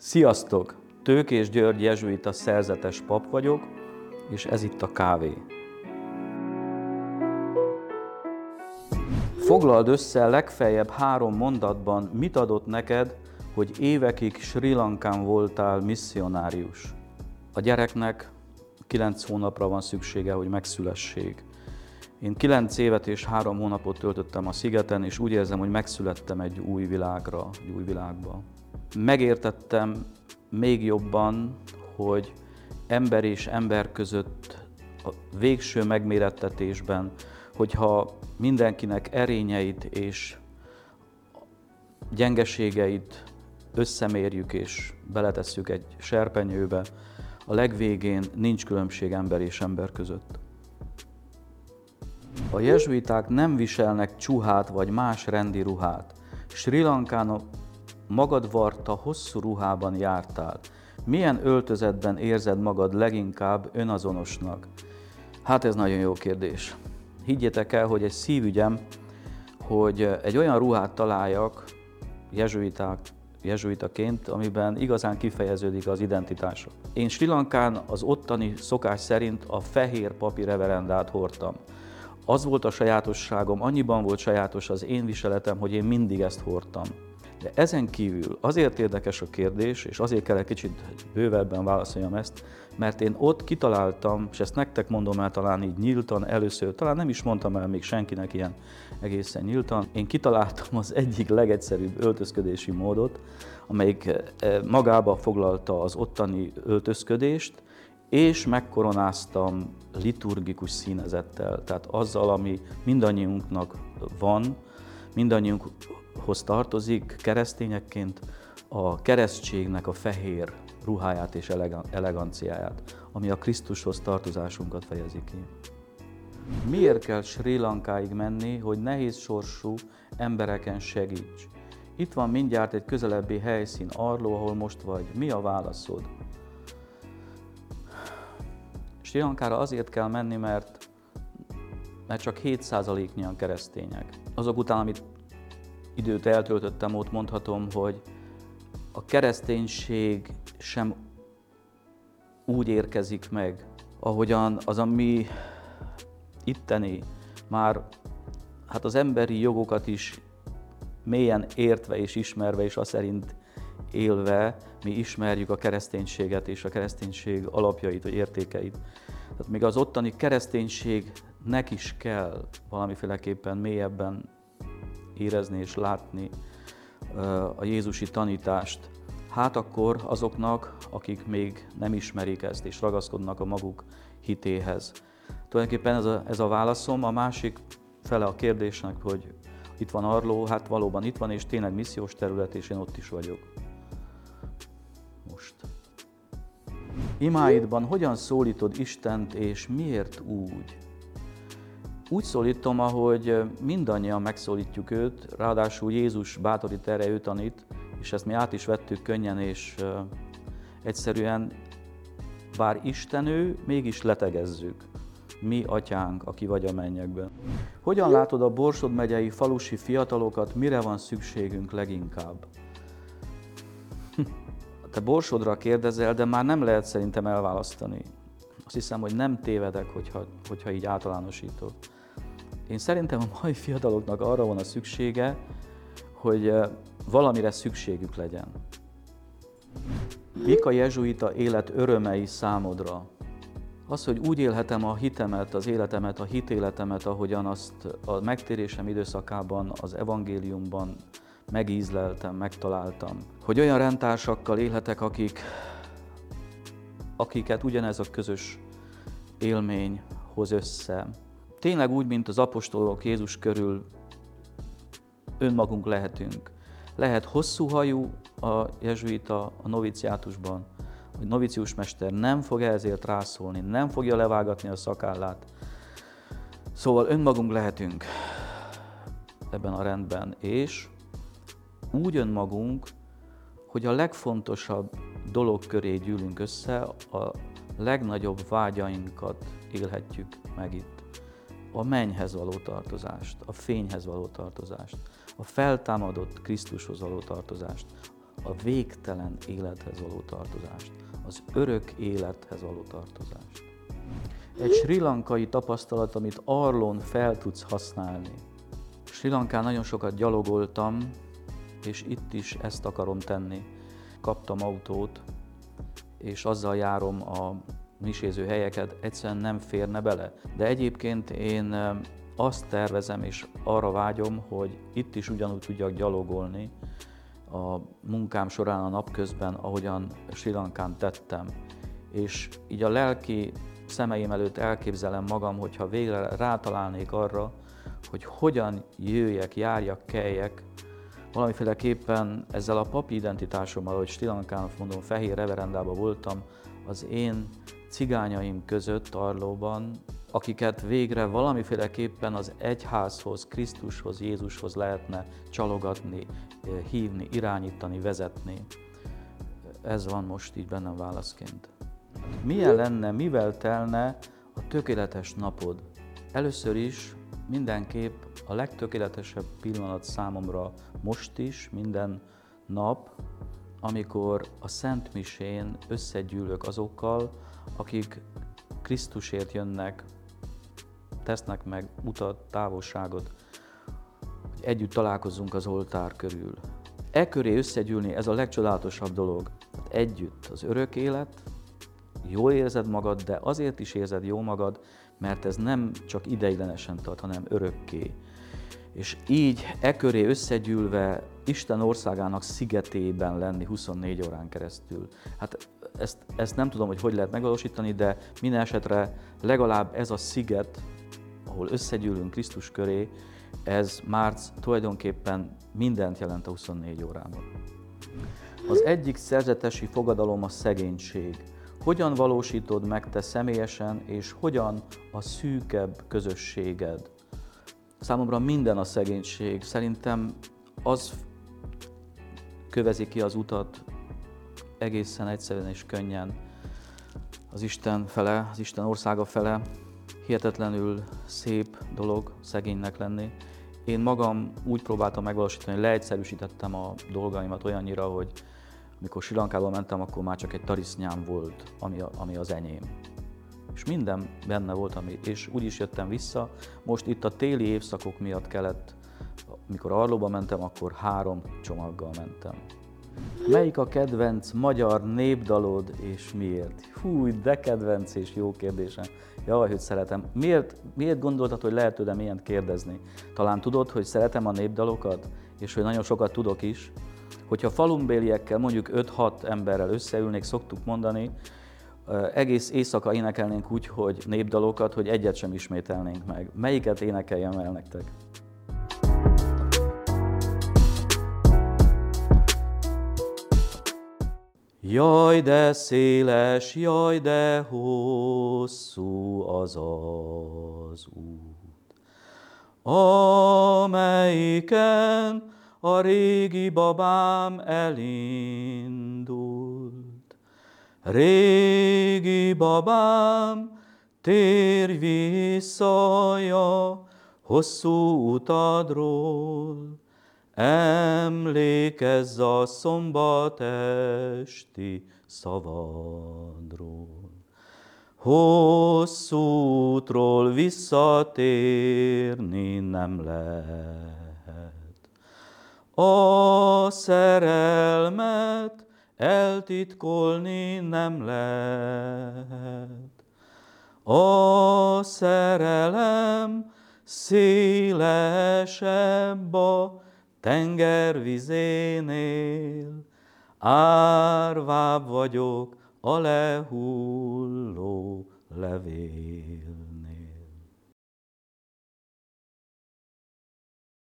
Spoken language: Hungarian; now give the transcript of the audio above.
Sziasztok! Tőkés György jezsuita szerzetes pap vagyok, és ez itt a kávé. Foglald össze legfeljebb 3 mondatban, mit adott neked, hogy évekig Srí Lankán voltál misszionárius. A gyereknek 9 hónapra van szüksége, hogy megszülessék. Én 9 évet és 3 hónapot töltöttem a szigeten, és úgy érzem, hogy megszülettem egy új világra, egy új világba. Megértettem még jobban, hogy ember és ember között a végső megmérettetésben, hogyha mindenkinek erényeit és gyengeségeit összemérjük és beletesszük egy serpenyőbe, a legvégén nincs különbség ember és ember között. A jezsuiták nem viselnek csuhát vagy más rendi ruhát. Srí Lankán magadvarta hosszú ruhában jártál. Milyen öltözetben érzed magad leginkább önazonosnak? Hát ez nagyon jó kérdés. Higgyétek el, hogy egy szívügyem, hogy egy olyan ruhát találjak jezsuitaként, amiben igazán kifejeződik az identitása. Én Srí Lankán az ottani szokás szerint a fehér papi reverendát hordtam. Az volt a sajátosságom, annyiban volt sajátos az én viseletem, hogy én mindig ezt hordtam. De ezen kívül azért érdekes a kérdés, és azért kell egy kicsit bővebben válaszoljam ezt, mert én ott kitaláltam, és ezt nektek mondom el talán így nyíltan először, talán nem is mondtam el még senkinek ilyen egészen nyíltan. Én kitaláltam az egyik legegyszerűbb öltözködési módot, amelyik magába foglalta az ottani öltözködést, és megkoronáztam liturgikus színezettel, tehát azzal, ami mindannyiunknak van, mindannyiunkhoz tartozik keresztényekként, a keresztségnek a fehér ruháját és eleganciáját, ami a Krisztushoz tartozásunkat fejezi ki. Miért kell Srí Lankáig menni, hogy nehéz sorsú embereken segíts? Itt van mindjárt egy közelebbi helyszín, Arló, ahol most vagy. Mi a válaszod? Srí Lankára azért kell menni, mert csak 7%-nyian keresztények. Azok után, amit időt eltöltöttem ott, mondhatom, hogy a kereszténység sem úgy érkezik meg, ahogyan az a mi itteni, már hát az emberi jogokat is mélyen értve és ismerve, és azt szerint élve, mi ismerjük a kereszténységet és a kereszténység alapjait, vagy értékeit. Tehát még az ottani kereszténységnek is kell valamiféleképpen mélyebben érezni és látni a jézusi tanítást. Hát akkor azoknak, akik még nem ismerik ezt és ragaszkodnak a maguk hitéhez. Tulajdonképpen ez a válaszom. A másik fele a kérdésnek, hogy itt van Arló, hát valóban itt van, és tényleg missziós terület, és én ott is vagyok. Most. Imáidban hogyan szólítod Istent, és miért úgy? Úgy szólítom, ahogy mindannyian megszólítjuk őt, ráadásul Jézus bátorít erre, ő tanít, és ezt mi át is vettük könnyen, és egyszerűen, bár Isten ő, mégis letegezzük. Mi, Atyánk, aki vagy a mennyekben. Hogyan látod a Borsod megyei falusi fiatalokat, mire van szükségünk leginkább? Te Borsodra kérdezel, de már nem lehet szerintem elválasztani. Azt hiszem, hogy nem tévedek, hogyha így általánosítok. Én szerintem a mai fiataloknak arra van a szüksége, hogy valamire szükségük legyen. Mik a jezsuita élet örömei számodra? Az, hogy úgy élhetem a hitemet, az életemet, a hitéletemet, ahogyan azt a megtérésem időszakában, az evangéliumban megízleltem, megtaláltam. Hogy olyan rendtársakkal élhetek, akiket ugyanez a közös élmény hoz össze. Tényleg úgy, mint az apostolok Jézus körül önmagunk lehetünk. Lehet hosszú hajú a jezsuita a noviciátusban, hogy noviciusmester nem fog ezért rászólni, nem fogja levágatni a szakállát. Szóval önmagunk lehetünk ebben a rendben, és úgy önmagunk, hogy a legfontosabb dolog köré gyűlünk össze, a legnagyobb vágyainkat élhetjük meg itt. A mennyhez való tartozást, a fényhez való tartozást, a feltámadott Krisztushoz való tartozást, a végtelen élethez való tartozást, az örök élethez való tartozást. Egy sri lankai tapasztalat, amit Arlón fel tudsz használni. Sri Lankán nagyon sokat gyalogoltam, és itt is ezt akarom tenni. Kaptam autót, és azzal járom a miséző helyeket, egyszerűen nem férne bele. De egyébként én azt tervezem, és arra vágyom, hogy itt is ugyanúgy tudjak gyalogolni a munkám során a napközben, ahogyan Sri Lankán tettem. És így a lelki szemeim előtt elképzelem magam, hogyha végre rátalálnék arra, hogy hogyan jöjjek, járjak, keljek, valamiféleképpen ezzel a papi identitásommal, hogy Sri Lankán, mondom, fehér reverendában voltam, az én cigányaim között Arlóban, akiket végre valamiféleképpen az egyházhoz, Krisztushoz, Jézushoz lehetne csalogatni, hívni, irányítani, vezetni. Ez van most így bennem válaszként. Milyen lenne, mivel telne a tökéletes napod? Először is mindenképp a legtökéletesebb pillanat számomra most is, minden nap, amikor a Szent Misén összegyűlök azokkal, akik Krisztusért jönnek, tesznek meg utat, távolságot, hogy együtt találkozzunk az oltár körül. E köré összegyűlni, ez a legcsodálatosabb dolog. Együtt az örök élet, jól érzed magad, de azért is érzed jól magad, mert ez nem csak ideiglenesen tart, hanem örökké. És így e köré összegyűlve Isten országának szigetében lenni 24 órán keresztül. Hát ezt nem tudom, hogy lehet megvalósítani, de minden esetre legalább ez a sziget, ahol összegyűlünk Krisztus köré, ez már tulajdonképpen mindent jelent a 24 órában. Az egyik szerzetesi fogadalom a szegénység. Hogyan valósítod meg te személyesen, és hogyan a szűkebb közösséged? Számomra minden a szegénység. Szerintem az kövezi ki az utat egészen egyszerűen és könnyen az Isten fele, az Isten országa fele. Hihetetlenül szép dolog szegénynek lenni. Én magam úgy próbáltam megvalósítani, hogy leegyszerűsítettem a dolgaimat olyannyira, hogy amikor Sri Lankába mentem, akkor már csak egy tarisznyám volt, ami az enyém. És minden benne volt, és úgy is jöttem vissza. Most itt a téli évszakok miatt kellett, amikor Arlóba mentem, akkor 3 csomaggal mentem. Melyik a kedvenc magyar népdalod, és miért? Hú, de kedvenc és jó kérdésem. Jaj, hogy szeretem. Miért gondoltad, hogy lehet tőlem ilyent kérdezni? Talán tudod, hogy szeretem a népdalokat, és hogy nagyon sokat tudok is. Hogyha falumbéliekkel, mondjuk 5-6 emberrel összeülnék, szoktuk mondani, egész éjszaka énekelnénk úgy, hogy népdalokat, hogy egyet sem ismételnénk meg. Melyiket énekeljem el nektek? Jaj, de széles, jaj, de hosszú az út, amelyiken a régi babám elindult. Régi babám, térj vissza, ja, hosszú utadról, emlékezz a szombat esti szavadról. Hosszú útról visszatérni nem lehet. A szerelmet eltitkolni nem lehet. A szerelem szélesebb a tengervizénél, árvább vagyok a lehulló levélnél.